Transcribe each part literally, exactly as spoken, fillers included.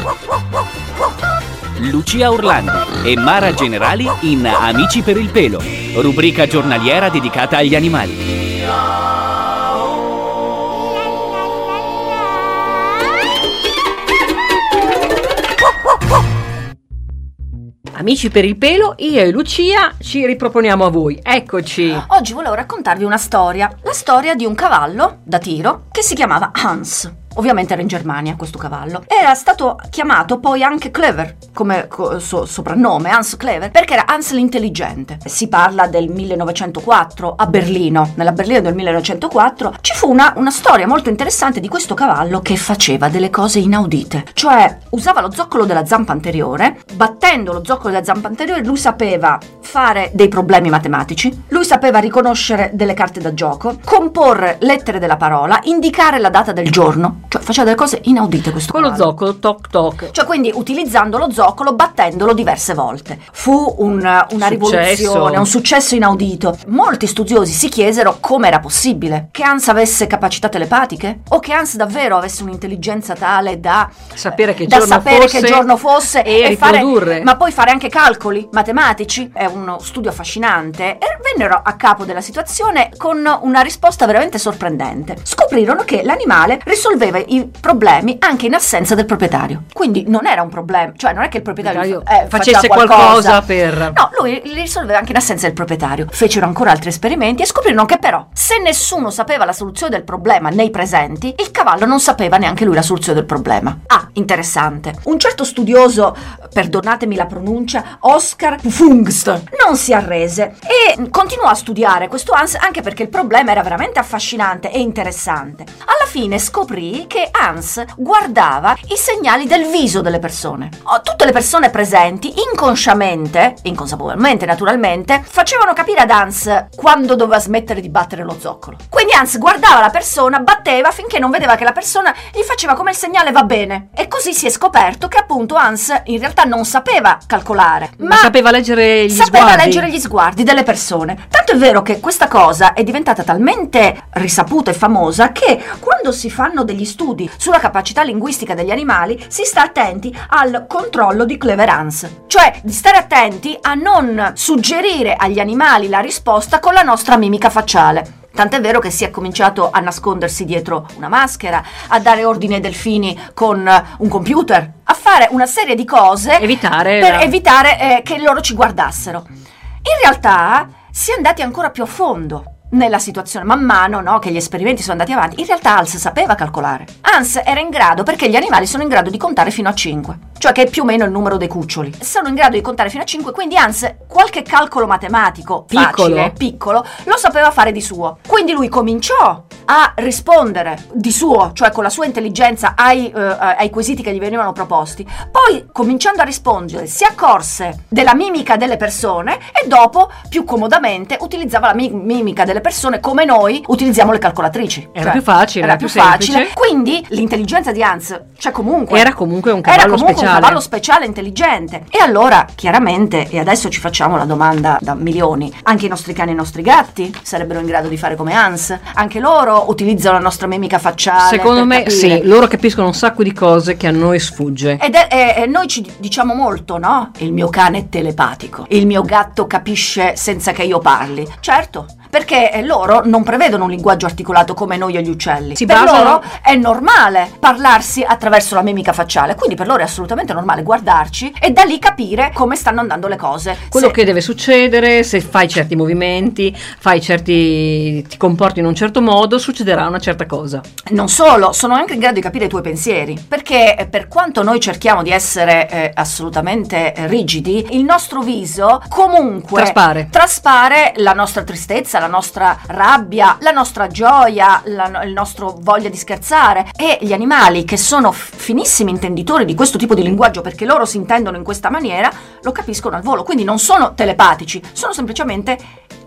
Lucia Orlando e Mara Generali in Amici per il pelo, rubrica giornaliera dedicata agli animali. Amici per il pelo, io e Lucia ci riproponiamo a voi. Eccoci. Oggi volevo raccontarvi una storia, la storia di un cavallo da tiro che si chiamava Hans. Ovviamente era in Germania questo cavallo. Era stato chiamato poi anche Clever, come co- so- soprannome, Hans Clever, perché era Hans l'intelligente. Si parla del millenovecentoquattro a Berlino. Nella Berlino del millenovecentoquattro ci fu una, una storia molto interessante di questo cavallo che faceva delle cose inaudite. Cioè usava lo zoccolo della zampa anteriore, battendo lo zoccolo della zampa anteriore lui sapeva fare dei problemi matematici, lui sapeva riconoscere delle carte da gioco, comporre lettere della parola, indicare la data del giorno. Cioè faceva delle cose inaudite questo Con lo cavallo. zoccolo, toc toc. Cioè quindi utilizzando lo zoccolo, battendolo diverse volte. Fu un, una Successo. rivoluzione, un successo inaudito. Molti studiosi si chiesero come era possibile che Hans avesse capacità telepatiche o che Hans davvero avesse un'intelligenza tale da Sapere che da giorno sapere fosse che giorno fosse e fare, riprodurre. ma poi fare anche calcoli matematici. È uno studio affascinante e vennero a capo della situazione con una risposta veramente sorprendente. Scoprirono che l'animale risolveva i problemi anche in assenza del proprietario. Quindi non era un problema, cioè non è che il proprietario eh, facesse qualcosa. qualcosa per... No, lui li risolveva anche in assenza del proprietario. Fecero ancora altri esperimenti e scoprirono che però se nessuno sapeva la soluzione del problema nei presenti, il cavallo non sapeva neanche lui la soluzione del problema. Ah, interessante. Un certo studioso, perdonatemi la pronuncia, Oscar Pfungst, non si arrese e continuò a studiare questo Hans anche perché il problema era veramente affascinante e interessante. Alla fine scoprì che Hans guardava i segnali del viso delle persone. Oh, tutte le persone presenti inconsciamente, inconsapevolmente naturalmente, facevano capire ad Hans quando doveva smettere di battere lo zoccolo. Quindi Hans guardava la persona, batteva finché non vedeva che la persona gli faceva come il segnale va bene. E così si è scoperto che appunto Hans in realtà non sapeva calcolare, ma, ma sapeva leggere gli sapeva sguardi. leggere gli sguardi delle persone. Tanto è vero che questa cosa è diventata talmente risaputa e famosa che quando si fanno degli studi sulla capacità linguistica degli animali si sta attenti al controllo di Clever Hans, cioè di stare attenti a non suggerire agli animali la risposta con la nostra mimica facciale. Tant'è vero che si è cominciato a nascondersi dietro una maschera, a dare ordine ai delfini con un computer, a fare una serie di cose evitare per la... evitare eh, che loro ci guardassero. In realtà si è andati ancora più a fondo nella situazione, man mano no, che gli esperimenti sono andati avanti. In realtà Hans sapeva calcolare. Hans era in grado, perché gli animali sono in grado di contare fino a cinque, cioè che è più o meno il numero dei cuccioli. Sono in grado di contare fino a cinque, quindi Hans qualche calcolo matematico piccolo, facile, piccolo, lo sapeva fare di suo. Quindi lui cominciò a rispondere di suo, cioè con la sua intelligenza ai, uh, ai quesiti che gli venivano proposti. Poi, cominciando a rispondere, si accorse della mimica delle persone e dopo, più comodamente, utilizzava la mi- mimica delle persone come noi utilizziamo le calcolatrici. Era cioè, più facile, era più più facile. semplice. Quindi l'intelligenza di Hans, cioè comunque era comunque un cavallo era comunque speciale. un cavallo speciale intelligente. E allora, chiaramente, e adesso ci facciamo la domanda da milioni, anche i nostri cani e i nostri gatti sarebbero in grado di fare come Hans? Anche loro utilizzano la nostra mimica facciale? Secondo me capire. sì, loro capiscono un sacco di cose che a noi sfugge. Ed è, è, è- noi ci diciamo molto, no? Il mio cane è telepatico, il mio gatto capisce senza che io parli. Certo, perché eh, loro non prevedono un linguaggio articolato come noi e gli uccelli. Si per basano- loro è normale parlarsi attraverso la mimica facciale, quindi per loro è assolutamente normale guardarci e da lì capire come stanno andando le cose. Quello Se- che deve succedere, se fai certi movimenti, fai certi, ti comporti in un certo modo, succederà una certa cosa. Non solo, sono anche in grado di capire i tuoi pensieri, perché eh, per quanto noi cerchiamo di essere eh, assolutamente eh, rigidi, il nostro viso comunque Traspare. traspare la nostra tristezza, la nostra rabbia, la nostra gioia, la- il nostro voglia di scherzare. E gli animali, che sono f- finissimi intenditori di questo tipo di linguaggio, perché loro si intendono in questa maniera, lo capiscono al volo. Quindi non sono telepatici, sono semplicemente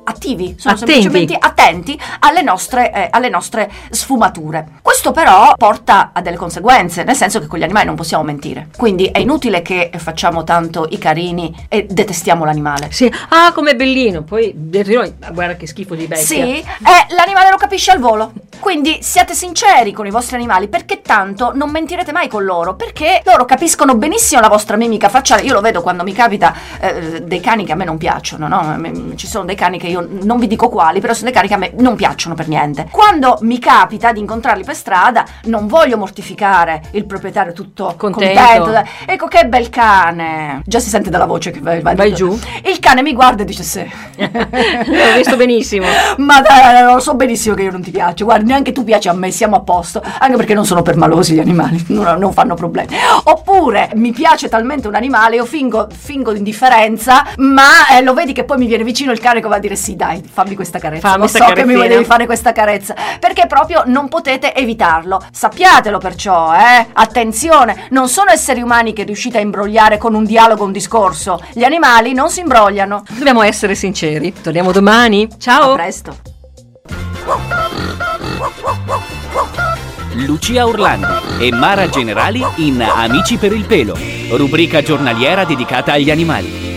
attivi, sono Attenti. semplicemente attenti alle nostre, eh, alle nostre sfumature. Questo però porta a delle conseguenze, nel senso che con gli animali non possiamo mentire. Quindi è inutile che facciamo tanto i carini e detestiamo l'animale. Sì, ah, com'è bellino. Poi dirò, guarda che schifo di bestia. Sì, eh, l'animale lo capisce al volo. Quindi siate sinceri con i vostri animali, perché tanto non mentirete mai con loro, perché loro capiscono benissimo la vostra mimica facciale. Io lo vedo quando mi capita eh, dei cani che a me non piacciono, no? Ci sono dei cani che io non vi dico quali, però sono dei cani che a me non piacciono per niente. Quando mi capita di incontrarli per strada, non voglio mortificare il proprietario tutto Contento. contento. Ecco che bel cane. Già si sente dalla voce che vai, vai, Vai giù. Il cane mi guarda e dice sì. L'ho visto benissimo. Ma dai, lo so benissimo che io non ti piaccio. Guarda, neanche tu piaci a me, siamo a posto. Anche perché non sono permalosi gli animali, non, non fanno problemi. Oppure mi piace talmente un animale, io fingo, fingo indifferenza, ma eh, lo vedi che poi mi viene vicino il cane che va a dire sì, dai, fammi questa carezza. Fammi Lo sta so che mi carezzina. devi fare questa carezza, perché proprio non potete evitarlo. Sappiatelo perciò, eh. Attenzione, non sono esseri umani che riuscite a imbrogliare con un dialogo, un discorso. Gli animali non si imbrogliano. Dobbiamo essere sinceri. Torniamo domani. Ciao. A presto. Lucia Orlando e Mara Generali in Amici per il pelo, rubrica giornaliera dedicata agli animali.